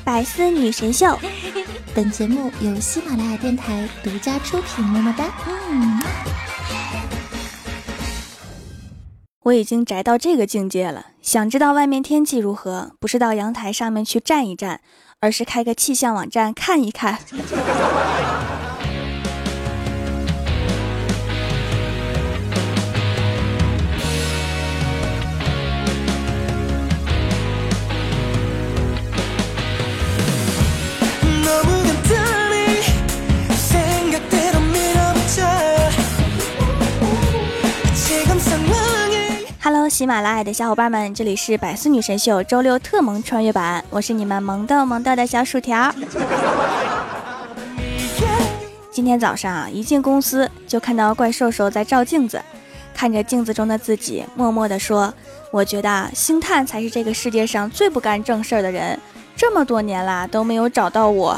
百思女神秀， 本节目由喜马拉雅电台独家出品，么么哒。 我已经宅到这个境界了，想知道外面天气如何，不是到阳台上面去站一站，而是开个气象网站看一看。Hello， 喜马拉雅的小伙伴们，这里是百思女神秀周六特萌穿越版，我是你们萌豆萌豆的小薯条。今天早上一进公司就看到怪兽兽在照镜子，看着镜子中的自己，默默地说：“我觉得星探才是这个世界上最不干正事儿的人，这么多年啦都没有找到我。”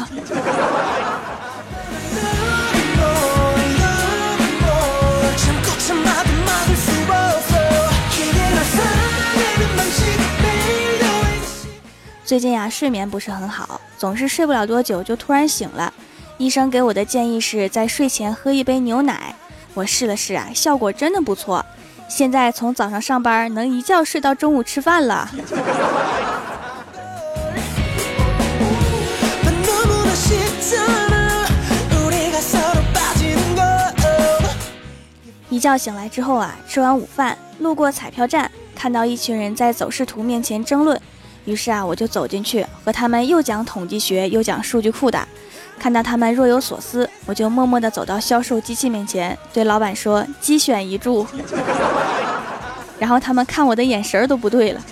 最近呀，睡眠不是很好，总是睡不了多久就突然醒了。医生给我的建议是在睡前喝一杯牛奶，我试了试啊，效果真的不错。现在从早上上班能一觉睡到中午吃饭了。一觉醒来之后啊，吃完午饭，路过彩票站，看到一群人在走势图面前争论。于是啊，我就走进去，和他们又讲统计学，又讲数据库的。看到他们若有所思，我就默默地走到销售机器面前，对老板说：“机选一注。”然后他们看我的眼神都不对了。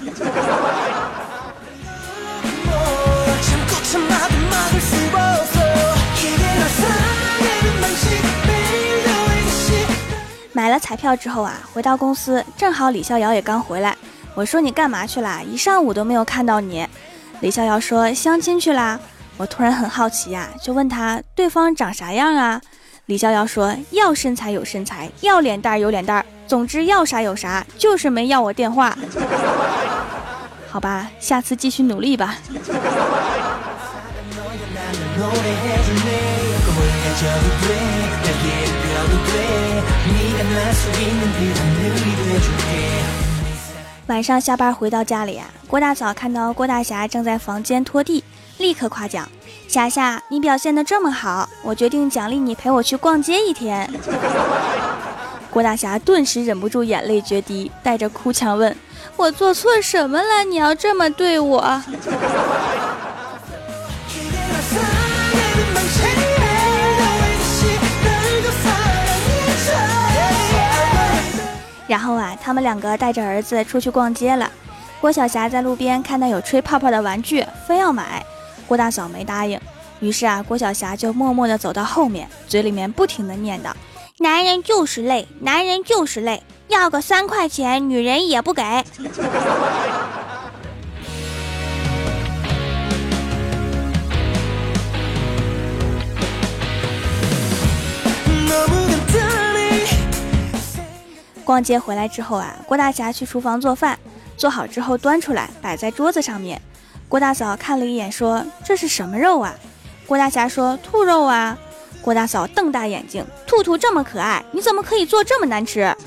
买了彩票之后啊，回到公司，正好李逍遥也刚回来。我说你干嘛去啦？一上午都没有看到你。李逍遥说相亲去啦。我突然很好奇呀，就问他对方长啥样啊？李逍遥说要身材有身材，要脸蛋有脸蛋，总之要啥有啥，就是没要我电话。好吧，下次继续努力吧。晚上下班回到家里啊，郭大嫂看到郭大侠正在房间拖地，立刻夸奖：“霞霞，你表现得这么好，我决定奖励你陪我去逛街一天。”郭大侠顿时忍不住眼泪决堤，带着哭腔问：“我做错什么了？你要这么对我？”然后啊，他们两个带着儿子出去逛街了。郭晓霞在路边看到有吹泡泡的玩具，非要买，郭大嫂没答应。于是啊，郭晓霞就默默地走到后面，嘴里面不停地念叨：“男人就是累，男人就是累，要个3块钱，女人也不给。”逛街回来之后啊，郭大侠去厨房做饭，做好之后端出来摆在桌子上面。郭大嫂看了一眼说：“这是什么肉啊？”郭大侠说：“兔肉啊。”郭大嫂瞪大眼睛：“兔兔这么可爱，你怎么可以做这么难吃？”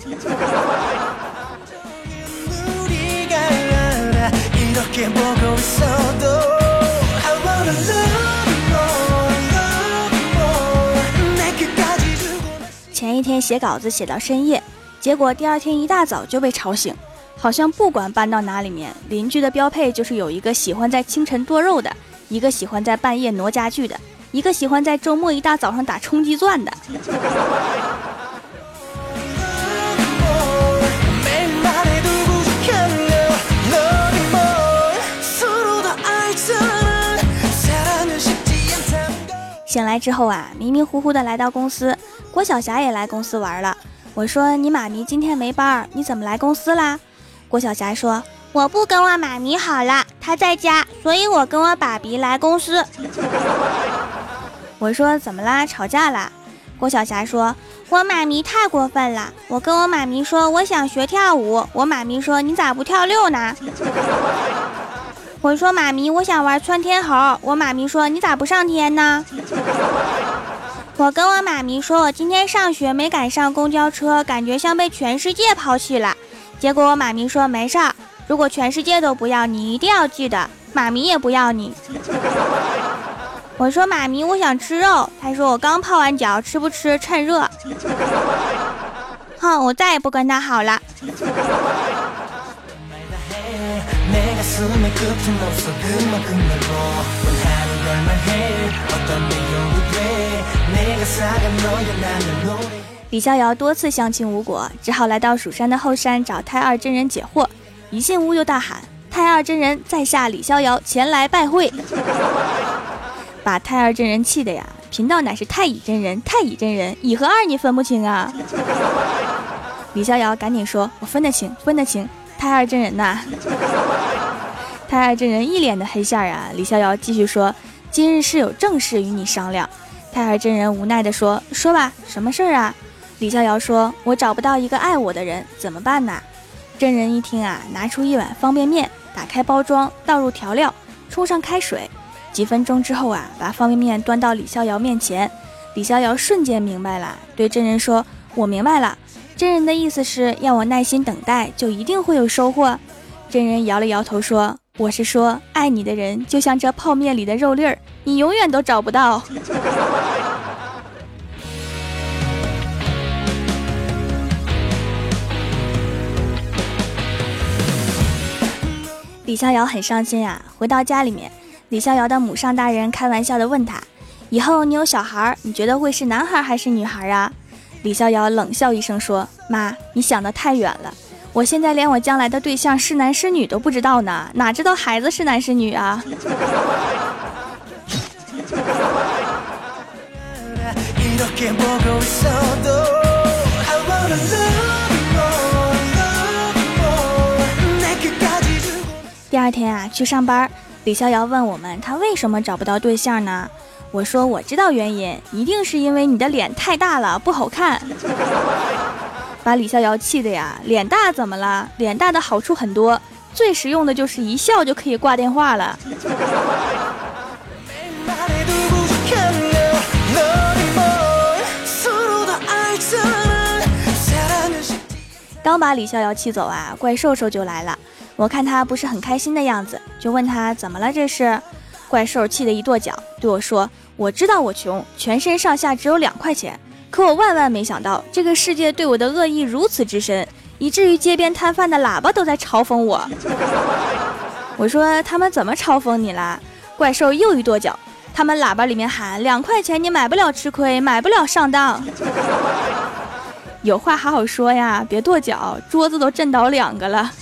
前一天写稿子写到深夜，结果第二天一大早就被吵醒，好像不管搬到哪里面，邻居的标配就是有一个喜欢在清晨剁肉的，一个喜欢在半夜挪家具的，一个喜欢在周末一大早上打冲击钻的。醒来之后啊，迷迷糊糊的来到公司，郭晓霞也来公司玩了。我说你妈咪今天没班，你怎么来公司啦？郭晓霞说我不跟我妈咪好了，她在家，所以我跟我爸比来公司。我说怎么啦？吵架啦？郭晓霞说我妈咪太过分了，我跟我妈咪说我想学跳舞，我妈咪说你咋不跳6呢？ 我说妈咪，我想玩窜天猴。我妈咪说你咋不上天呢？我跟我妈咪说我今天上学没赶上公交车，感觉像被全世界抛弃了。结果我妈咪说没事儿，如果全世界都不要你，一定要记得妈咪也不要你。我说妈咪，我想吃肉。她说我刚泡完脚，吃不吃趁热。哼，我再也不跟她好了。李逍遥多次相亲无果，只好来到蜀山的后山找太二真人解惑。一进屋就大喊：太二真人在下李逍遥前来拜会。把太二真人气的呀，贫道乃是太乙真人，太乙真人乙和二你分不清啊。李逍遥赶紧说，我分得清，分得清，太二真人呐。太二真人一脸的黑线啊。李逍遥继续说，今日是有正事与你商量。太二真人无奈地说，说吧，什么事儿啊？李逍遥说，我找不到一个爱我的人，怎么办呢？真人一听啊，拿出一碗方便面，打开包装，倒入调料，冲上开水，几分钟之后啊，把方便面端到李逍遥面前。李逍遥瞬间明白了，对真人说，我明白了，真人的意思是要我耐心等待，就一定会有收获。真人摇了摇头说，我是说爱你的人就像这泡面里的肉粒儿，你永远都找不到。李逍遥很伤心啊，回到家里面，李逍遥的母上大人开玩笑的问他，以后你有小孩，你觉得会是男孩还是女孩啊？李逍遥冷笑一声说，妈，你想得太远了，我现在连我将来的对象是男是女都不知道呢，哪知道孩子是男是女啊？第二天啊，去上班，李逍遥问我们他为什么找不到对象呢？我说我知道原因，一定是因为你的脸太大了，不好看。把李逍遥气的呀，脸大怎么了？脸大的好处很多，最实用的就是一笑就可以挂电话了。刚把李逍遥气走啊，怪兽兽就来了。我看他不是很开心的样子，就问他怎么了这是？怪兽气得一跺脚，对我说，我知道我穷，全身上下只有2块钱，可我万万没想到这个世界对我的恶意如此之深，以至于街边摊贩的喇叭都在嘲讽我。我说他们怎么嘲讽你啦？怪兽又一跺脚，他们喇叭里面喊2块钱你买不了吃亏，买不了上当。有话好好说呀，别跺脚，桌子都震倒2个了。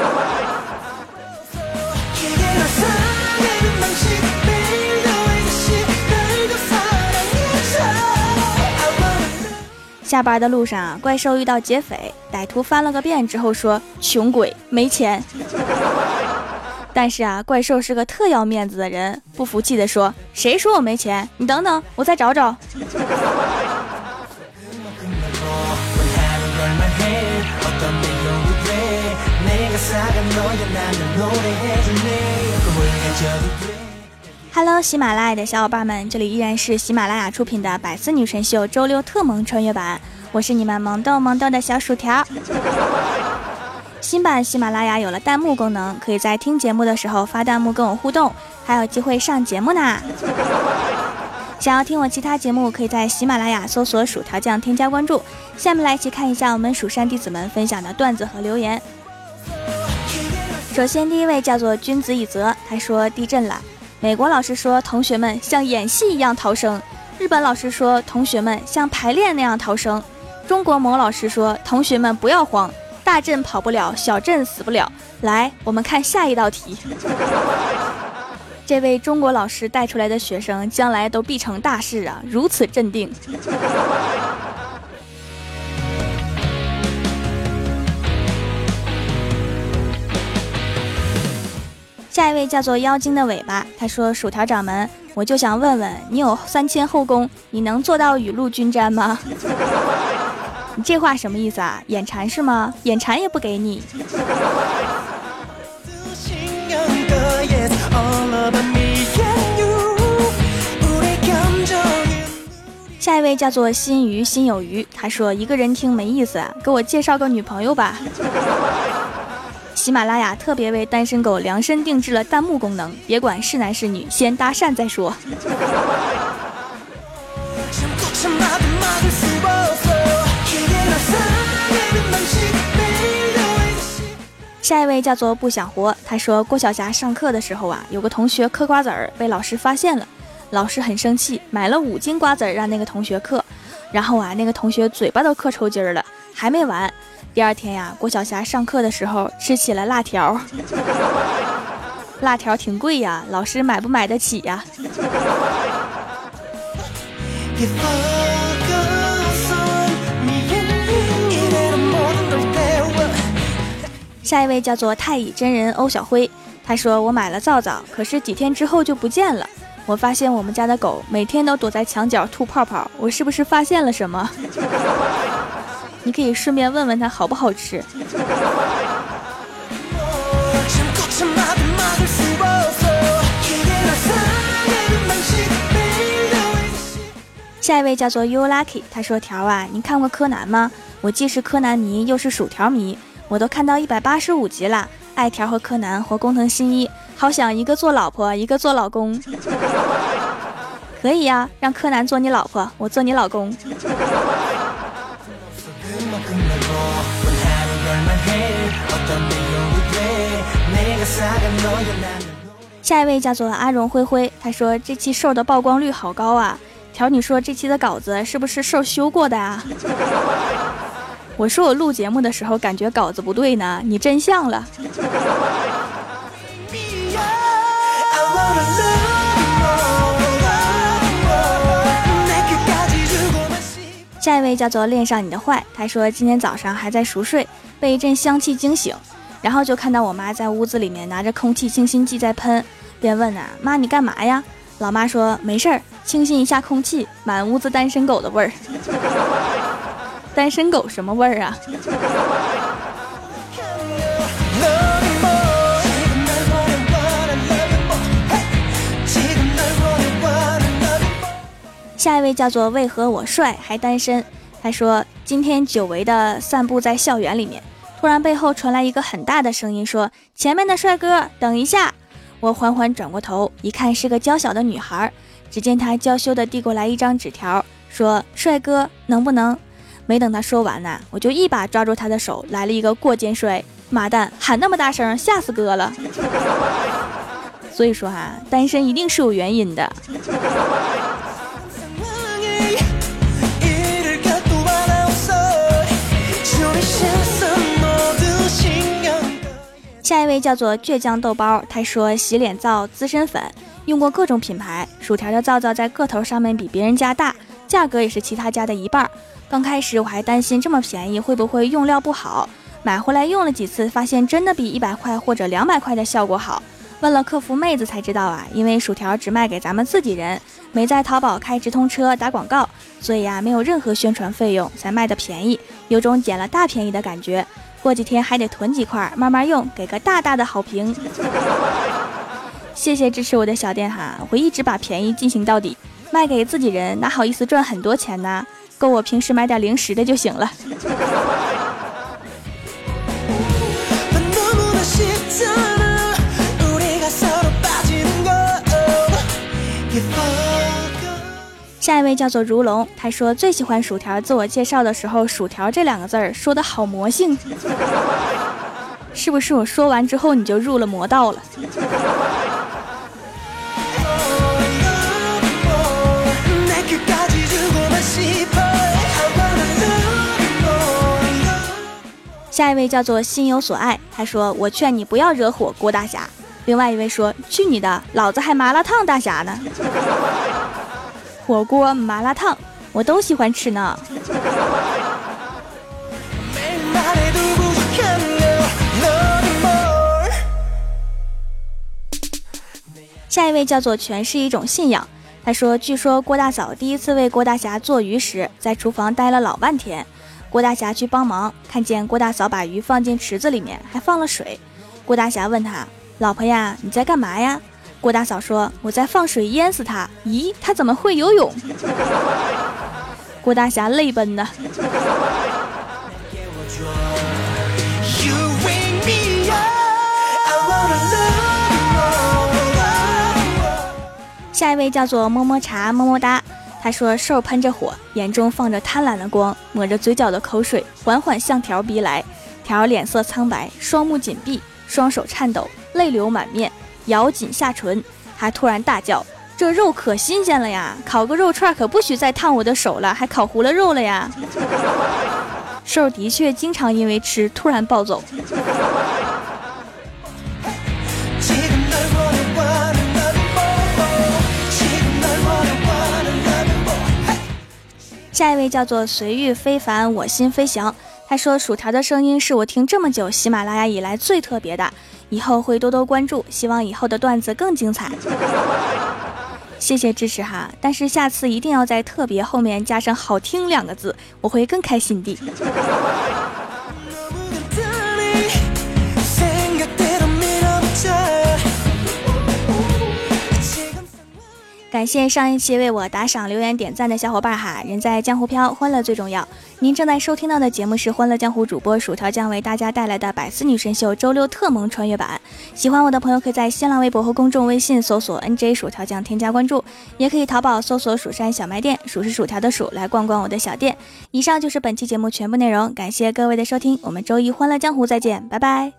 下班的路上啊，怪兽遇到劫匪，歹徒翻了个遍之后说，穷鬼没钱。但是啊，怪兽是个特要面子的人，不服气的说，谁说我没钱？你等等，我再找找。Hello， 喜马拉雅的小伙伴们，这里依然是喜马拉雅出品的百思女神秀周六特萌穿越版，我是你们萌豆萌豆的小薯条。新版喜马拉雅有了弹幕功能，可以在听节目的时候发弹幕跟我互动，还有机会上节目呢。想要听我其他节目，可以在喜马拉雅搜索薯条酱添加关注。下面来一起看一下我们蜀山弟子们分享的段子和留言。首先第一位叫做君子以泽，他说地震了，美国老师说同学们像演戏一样逃生，日本老师说同学们像排练那样逃生，中国某老师说同学们不要慌，大震跑不了，小震死不了。来，我们看下一道题。这位中国老师带出来的学生将来都必成大事啊，如此镇定。下一位叫做妖精的尾巴，他说薯条掌门，我就想问问你有3000后宫，你能做到雨露均沾吗？你这话什么意思啊？眼馋是吗？眼馋也不给你。 下一位叫做心鱼心有余，他说一个人听没意思，给我介绍个女朋友吧。喜马拉雅特别为单身狗量身定制了弹幕功能，别管是男是女，先搭讪再说。下一位叫做不想活，他说郭晓霞上课的时候啊，有个同学嗑瓜子儿被老师发现了，老师很生气，买了5斤瓜子儿让那个同学嗑，然后啊那个同学嘴巴都嗑抽筋了，还没完。第二天呀，郭晓霞上课的时候吃起了辣条，辣条挺贵呀，老师买不买得起呀？下一位叫做太乙真人欧小辉，他说我买了皂皂，可是几天之后就不见了，我发现我们家的狗每天都躲在墙角吐泡泡，我是不是发现了什么？你可以顺便问问他好不好吃。下一位叫做 You Lucky， 他说条啊，你看过柯南吗？我既是柯南迷又是薯条迷，我都看到185集了，爱条和柯南和工藤新一，好想一个做老婆一个做老公。可以呀，让柯南做你老婆，我做你老公。下一位叫做阿荣灰灰，他说这期瘦的曝光率好高啊，条你说这期的稿子是不是瘦修过的啊？我说我录节目的时候感觉稿子不对呢，你真像了。下一位叫做恋上你的坏，他说今天早上还在熟睡，被一阵香气惊醒，然后就看到我妈在屋子里面拿着空气清新剂在喷，便问啊，妈你干嘛呀？老妈说没事儿，清新一下空气，满屋子单身狗的味儿。单身狗什么味儿啊？下一位叫做为何我帅还单身，他说今天久违的散步在校园里面，突然背后传来一个很大的声音说，前面的帅哥等一下。我缓缓转过头一看，是个娇小的女孩，只见她娇羞地递过来一张纸条，说帅哥能不能。没等她说完呢，我就一把抓住她的手，来了一个过肩摔，妈蛋，喊那么大声吓死哥了。所以说哈，单身一定是有原因的。下一位叫做倔强豆包，他说洗脸皂、资生粉用过各种品牌，薯条的皂皂在个头上面比别人家大，价格也是其他家的一半。刚开始我还担心这么便宜会不会用料不好，买回来用了几次，发现真的比100块或者200块的效果好。问了客服妹子才知道啊，因为薯条只卖给咱们自己人，没在淘宝开直通车打广告，所以啊没有任何宣传费用，才卖的便宜，有种捡了大便宜的感觉。过几天还得囤几块慢慢用，给个大大的好评。谢谢支持我的小店哈，我会一直把便宜进行到底，卖给自己人哪好意思赚很多钱呢，够我平时买点零食的就行了。下一位叫做如龙，他说最喜欢薯条自我介绍的时候，薯条这2个字说的好魔性。是不是我说完之后你就入了魔道了？下一位叫做心有所爱，他说我劝你不要惹火郭大侠。另外一位说去你的，老子还麻辣烫大侠呢。火锅麻辣烫我都喜欢吃呢。下一位叫做全是一种信仰，他说据说郭大嫂第一次为郭大侠做鱼时，在厨房待了老半天，郭大侠去帮忙，看见郭大嫂把鱼放进池子里面还放了水，郭大侠问他，老婆呀你在干嘛呀？郭大嫂说我在放水淹死他。咦，他怎么会游泳？ 郭大侠泪奔呢。下一位叫做么么茶么么哒，他说手喷着火，眼中放着贪婪的光，抹着嘴角的口水，缓缓向条逼来。条脸色苍白，双目紧闭，双手颤抖，泪流满面，咬紧下唇。他突然大叫，这肉可新鲜了呀，烤个肉串可不许再烫我的手了，还烤糊了肉了呀。瘦的确经常因为吃突然暴走。下一位叫做随遇非凡我心飞翔，他说薯条的声音是我听这么久喜马拉雅以来最特别的，以后会多多关注，希望以后的段子更精彩。谢谢支持哈，但是下次一定要在特别后面加上好听2个字，我会更开心的。感谢上一期为我打赏留言点赞的小伙伴哈，人在江湖飘，欢乐最重要。您正在收听到的节目是欢乐江湖主播薯条将为大家带来的百思女神秀周六特萌穿越版。喜欢我的朋友可以在新浪微博和公众微信搜索 NJ 薯条酱添加关注，也可以淘宝搜索蜀山小卖店，蜀是薯条的蜀，来逛逛我的小店。以上就是本期节目全部内容，感谢各位的收听，我们周一欢乐江湖再见，拜拜。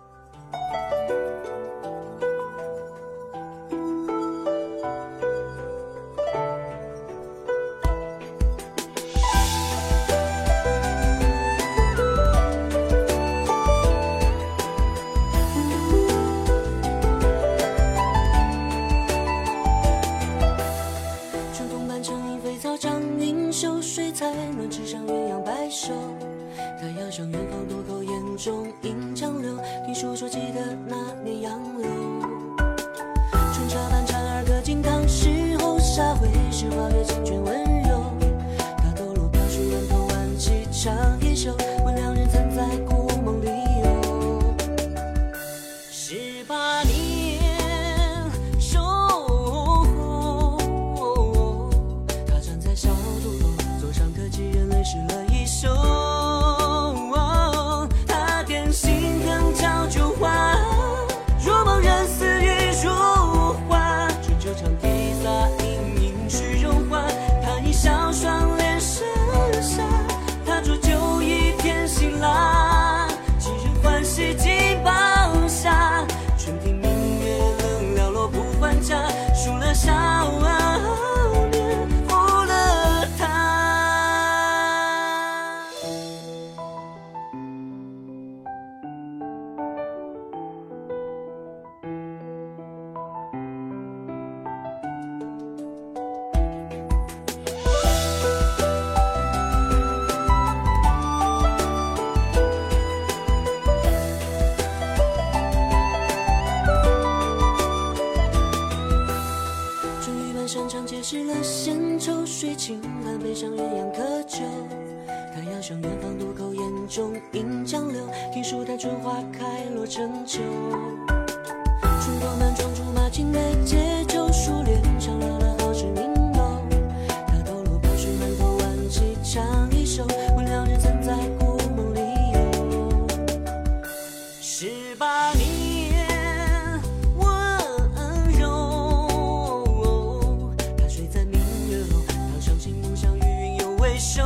湿了闲愁，水清寒，背上鸳鸯渴酒。他遥想远方渡口，眼中映江流。听书台春花开落成秋。春光满窗，竹马青梅解酒，书帘上绕了好事名楼。他抖落飘絮满头，挽起唱一首，问两人曾在故梦里游。18年温柔，他睡在明月楼，当伤心梦想，余韵犹未收。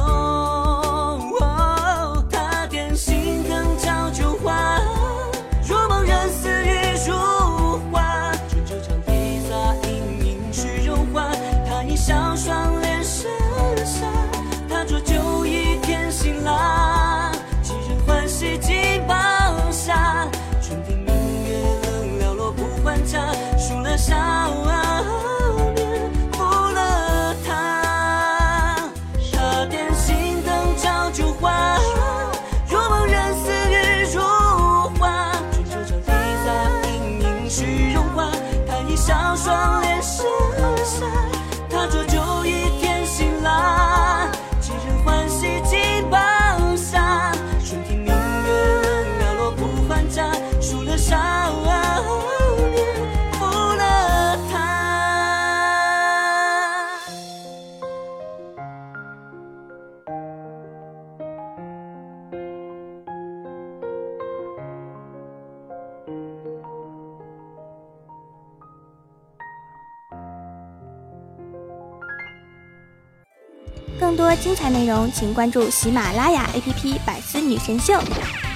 他点心灯照旧花，若梦人似玉如花。春秋长堤洒盈盈去荣华，他一笑双脸盛夏。他浊酒一天醒来，几人欢喜尽报下。春庭明月冷寥落不还家，数了少年负了他。他点心灯照旧花，若梦人似玉如花。春秋长堤洒盈盈去荣华，他一笑双脸盛夏。他浊酒一天醒来，几人欢喜尽报下。春庭明月冷寥落不还家，数了少年负了他。 更多精彩内容请关注喜马拉雅 APP 百思女神秀。